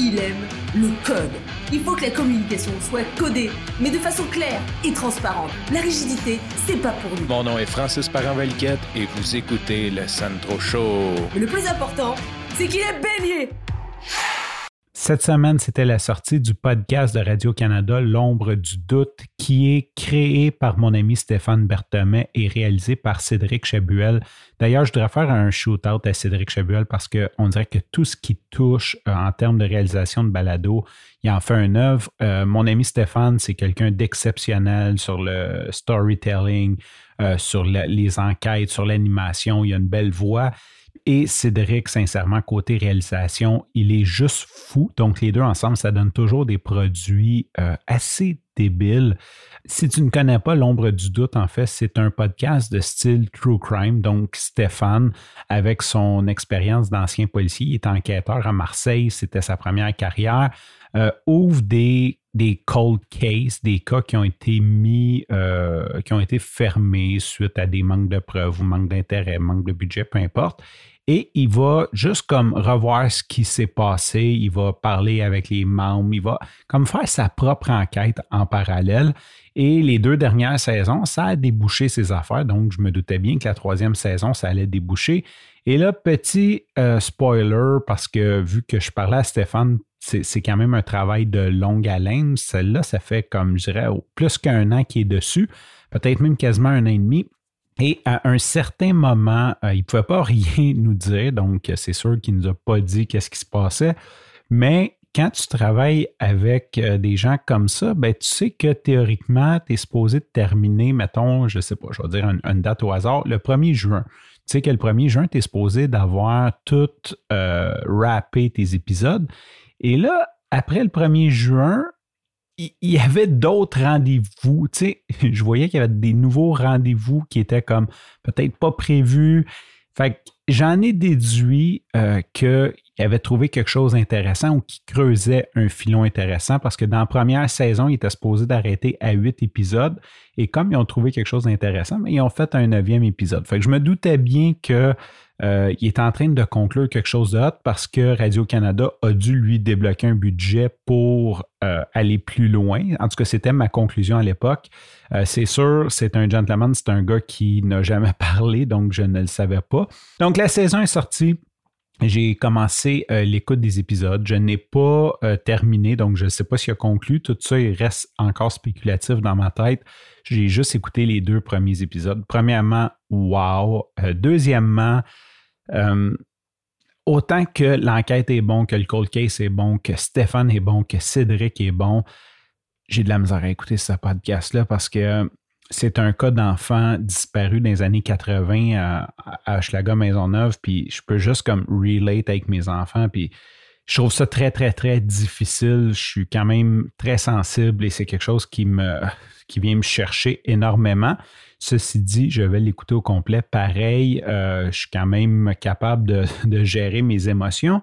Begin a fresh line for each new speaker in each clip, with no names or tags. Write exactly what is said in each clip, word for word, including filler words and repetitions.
il aime le code. Il faut que la communication soit codée, mais de façon claire et transparente. La rigidité, c'est pas pour nous.
Mon nom est Francis Parent-Valquette et vous écoutez le Sandro Show.
Mais le plus important, c'est qu'il est bélier.
Cette semaine, c'était la sortie du podcast de Radio-Canada, L'ombre du doute, qui est créé par mon ami Stéphane Berthommet et réalisé par Cédric Chabuel. D'ailleurs, je voudrais faire un shoot-out à Cédric Chabuel parce qu'on dirait que tout ce qui touche euh, en termes de réalisation de balado, il en fait une œuvre. Euh, mon ami Stéphane, c'est quelqu'un d'exceptionnel sur le storytelling, euh, sur la, les enquêtes, sur l'animation. Il a une belle voix. Et Cédric, sincèrement, côté réalisation, il est juste fou. Donc, les deux ensemble, ça donne toujours des produits euh, assez débiles. Si tu ne connais pas L'ombre du doute, en fait, c'est un podcast de style true crime. Donc, Stéphane, avec son expérience d'ancien policier, il est enquêteur à Marseille, c'était sa première carrière, euh, ouvre des, des cold cases, des cas qui ont été mis, euh, qui ont été fermés suite à des manques de preuves ou manque d'intérêt, manque de budget, peu importe. Et il va juste comme revoir ce qui s'est passé, il va parler avec les membres, il va comme faire sa propre enquête en parallèle. Et les deux dernières saisons, ça a débouché ses affaires, donc je me doutais bien que la troisième saison, ça allait déboucher. Et là, petit euh, spoiler, parce que vu que je parlais à Stéphane, c'est, c'est quand même un travail de longue haleine. Celle-là, ça fait comme, je dirais, plus qu'un an qu'il est dessus, peut-être même quasiment un an et demi. Et à un certain moment, euh, il ne pouvait pas rien nous dire, donc c'est sûr qu'il ne nous a pas dit qu'est-ce qui se passait. Mais quand tu travailles avec euh, des gens comme ça, ben, tu sais que théoriquement, tu es supposé terminer, mettons, je ne sais pas, je vais dire une, une date au hasard, le premier juin. Tu sais que le premier juin, tu es supposé d'avoir tout euh, rappé tes épisodes. Et là, après le premier juin, il y avait d'autres rendez-vous, tu sais, je voyais qu'il y avait des nouveaux rendez-vous qui étaient comme peut-être pas prévus. Fait que j'en ai déduit euh, qu'il avait trouvé quelque chose d'intéressant ou qu'il creusait un filon intéressant parce que dans la première saison, il était supposé d'arrêter à huit épisodes et comme ils ont trouvé quelque chose d'intéressant, mais ils ont fait un neuvième épisode. Fait que je me doutais bien que Euh, il est en train de conclure quelque chose de hot parce que Radio-Canada a dû lui débloquer un budget pour euh, aller plus loin. En tout cas, c'était ma conclusion à l'époque. Euh, c'est sûr, c'est un gentleman, c'est un gars qui n'a jamais parlé, donc je ne le savais pas. Donc, la saison est sortie. J'ai commencé euh, l'écoute des épisodes. Je n'ai pas euh, terminé, donc je ne sais pas s'il a conclu. Tout ça, il reste encore spéculatif dans ma tête. J'ai juste écouté les deux premiers épisodes. Premièrement, wow. Euh, deuxièmement, euh, autant que l'enquête est bon, que le cold case est bon, que Stéphane est bon, que Cédric est bon, j'ai de la misère à écouter ce podcast-là parce que c'est un cas d'enfant disparu dans les années quatre-vingts à, à Hochelaga-Maisonneuve, puis je peux juste comme relate avec mes enfants, puis je trouve ça très, très, très difficile. Je suis quand même très sensible et c'est quelque chose qui me qui vient me chercher énormément. Ceci dit, je vais l'écouter au complet. Pareil, euh, je suis quand même capable de, de gérer mes émotions.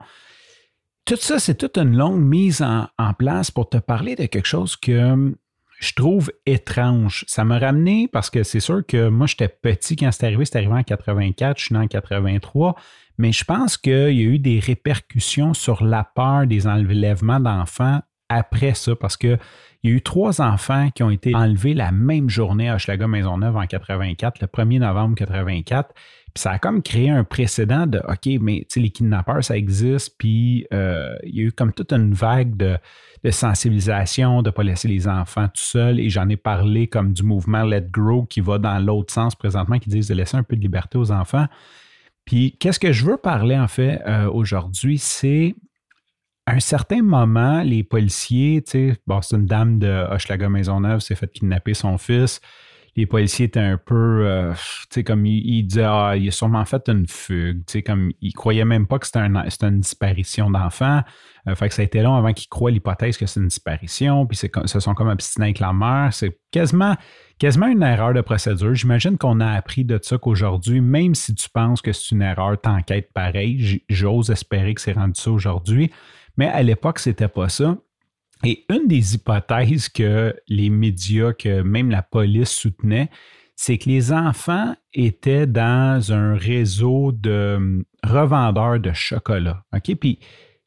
Tout ça, c'est toute une longue mise en, en place pour te parler de quelque chose que je trouve étrange. Ça m'a ramené parce que c'est sûr que moi, j'étais petit quand c'est arrivé. C'est arrivé en quatre-vingt-quatre, je suis né en quatre-vingt-trois. Mais je pense qu'il y a eu des répercussions sur la peur des enlèvements d'enfants après ça, parce qu'il y a eu trois enfants qui ont été enlevés la même journée à Hochelaga-Maisonneuve en quatre-vingt-quatre, le premier novembre quatre-vingt-quatre. Puis ça a comme créé un précédent de OK, mais tu sais, les kidnappeurs, ça existe, puis euh, il y a eu comme toute une vague de, de sensibilisation, de ne pas laisser les enfants tout seuls. Et j'en ai parlé comme du mouvement Let Grow qui va dans l'autre sens présentement, qui disent de laisser un peu de liberté aux enfants. Puis qu'est-ce que je veux parler en fait euh, aujourd'hui, c'est à un certain moment, les policiers, tu sais, bon, c'est une dame de Hochelaga-Maisonneuve s'est fait kidnapper son fils. Les policiers étaient un peu, euh, tu sais, comme ils, ils disaient, ah, il a sûrement fait une fugue, tu sais, comme ils croyaient même pas que c'était, un, c'était une disparition d'enfant. Euh, fait que ça a été long avant qu'ils croient l'hypothèse que c'est une disparition, puis c'est, se sont comme obstinés avec la mère. C'est quasiment, quasiment une erreur de procédure. J'imagine qu'on a appris de ça qu'aujourd'hui, même si tu penses que c'est une erreur, t'enquêtes pareil. J'ose espérer que c'est rendu ça aujourd'hui. Mais à l'époque, c'était pas ça. Et une des hypothèses que les médias, que même la police soutenait, c'est que les enfants étaient dans un réseau de revendeurs de chocolat. OK? Puis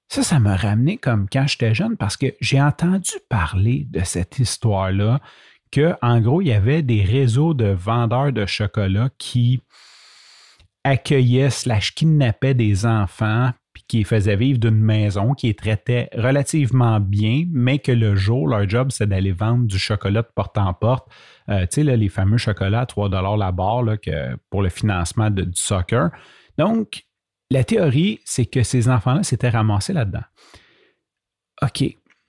Ça, ça m'a ramené comme quand j'étais jeune parce que j'ai entendu parler de cette histoire-là, qu'en gros, il y avait des réseaux de vendeurs de chocolat qui accueillaient slash kidnappaient des enfants puis qui les faisaient vivre d'une maison, qui les traitaient relativement bien, mais que le jour, leur job, c'est d'aller vendre du chocolat de porte en porte. Euh, tu sais, là, les fameux chocolats à trois dollars la barre là, que, pour le financement de, du soccer. Donc, la théorie, c'est que ces enfants-là s'étaient ramassés là-dedans. OK.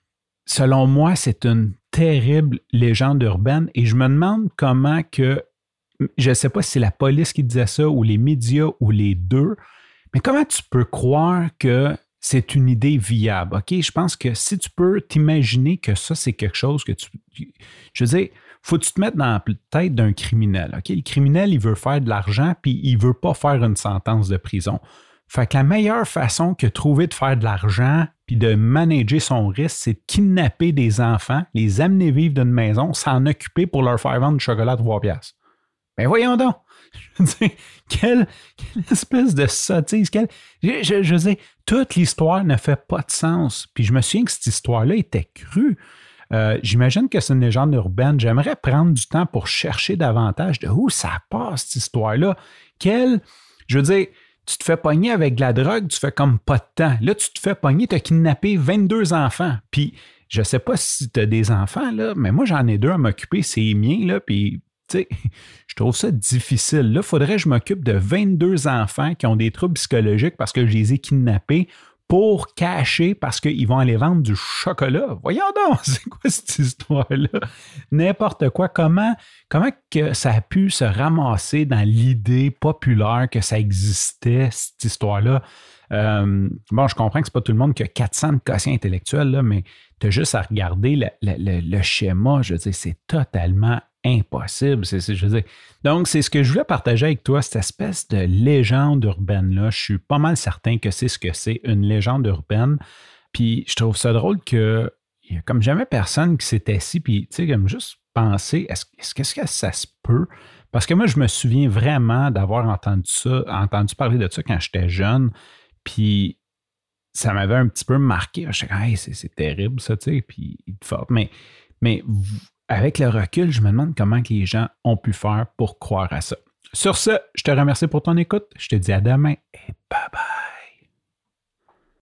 Selon moi, c'est une terrible légende urbaine et je me demande comment que, je ne sais pas si c'est la police qui disait ça ou les médias ou les deux, mais comment tu peux croire que c'est une idée viable? OK? Je pense que si tu peux t'imaginer que ça, c'est quelque chose que tu... Je veux dire, faut que tu te mettes dans la tête d'un criminel. OK? Le criminel, il veut faire de l'argent puis il ne veut pas faire une sentence de prison. Fait que la meilleure façon que trouver de faire de l'argent puis de manager son risque, c'est de kidnapper des enfants, les amener vivre d'une maison, s'en occuper pour leur faire vendre du chocolat à trois piastres. Ben voyons donc! Je veux dire, quelle, quelle espèce de sottise! Quelle, je, je, je veux dire, toute l'histoire ne fait pas de sens. Puis je me souviens que cette histoire-là était crue. Euh, j'imagine que c'est une légende urbaine. J'aimerais prendre du temps pour chercher davantage de où ça passe, cette histoire-là. Quelle, je veux dire, tu te fais pogner avec de la drogue, tu fais comme pas de temps. Là, tu te fais pogner, tu as kidnappé vingt-deux enfants. Puis, je sais pas si tu as des enfants, là, mais moi, j'en ai deux à m'occuper, c'est les miens, là, puis, tu sais, je trouve ça difficile. Là, il faudrait que je m'occupe de vingt-deux enfants qui ont des troubles psychologiques parce que je les ai kidnappés pour cacher parce qu'ils vont aller vendre du chocolat. Voyons donc, c'est quoi cette histoire-là? N'importe quoi. Comment, comment que ça a pu se ramasser dans l'idée populaire que ça existait, cette histoire-là? Euh, bon, je comprends que c'est pas tout le monde qui a quatre cents de quotient intellectuel, là, mais tu as juste à regarder le, le, le, le schéma. Je veux dire, c'est totalement impossible. C'est, c'est, je veux dire. Donc, c'est ce que je voulais partager avec toi, cette espèce de légende urbaine-là. Je suis pas mal certain que c'est ce que c'est, une légende urbaine. Puis, je trouve ça drôle qu'il y a comme jamais personne qui s'est assis, puis, tu sais, comme juste penser, est-ce, est-ce, qu'est-ce que ça se peut? Parce que moi, je me souviens vraiment d'avoir entendu ça, entendu parler de ça quand j'étais jeune, puis ça m'avait un petit peu marqué. Je disais, hey, c'est, c'est terrible, ça, tu sais, puis, mais, mais avec le recul, je me demande comment que les gens ont pu faire pour croire à ça. Sur ce, je te remercie pour ton écoute. Je te dis à demain et bye bye.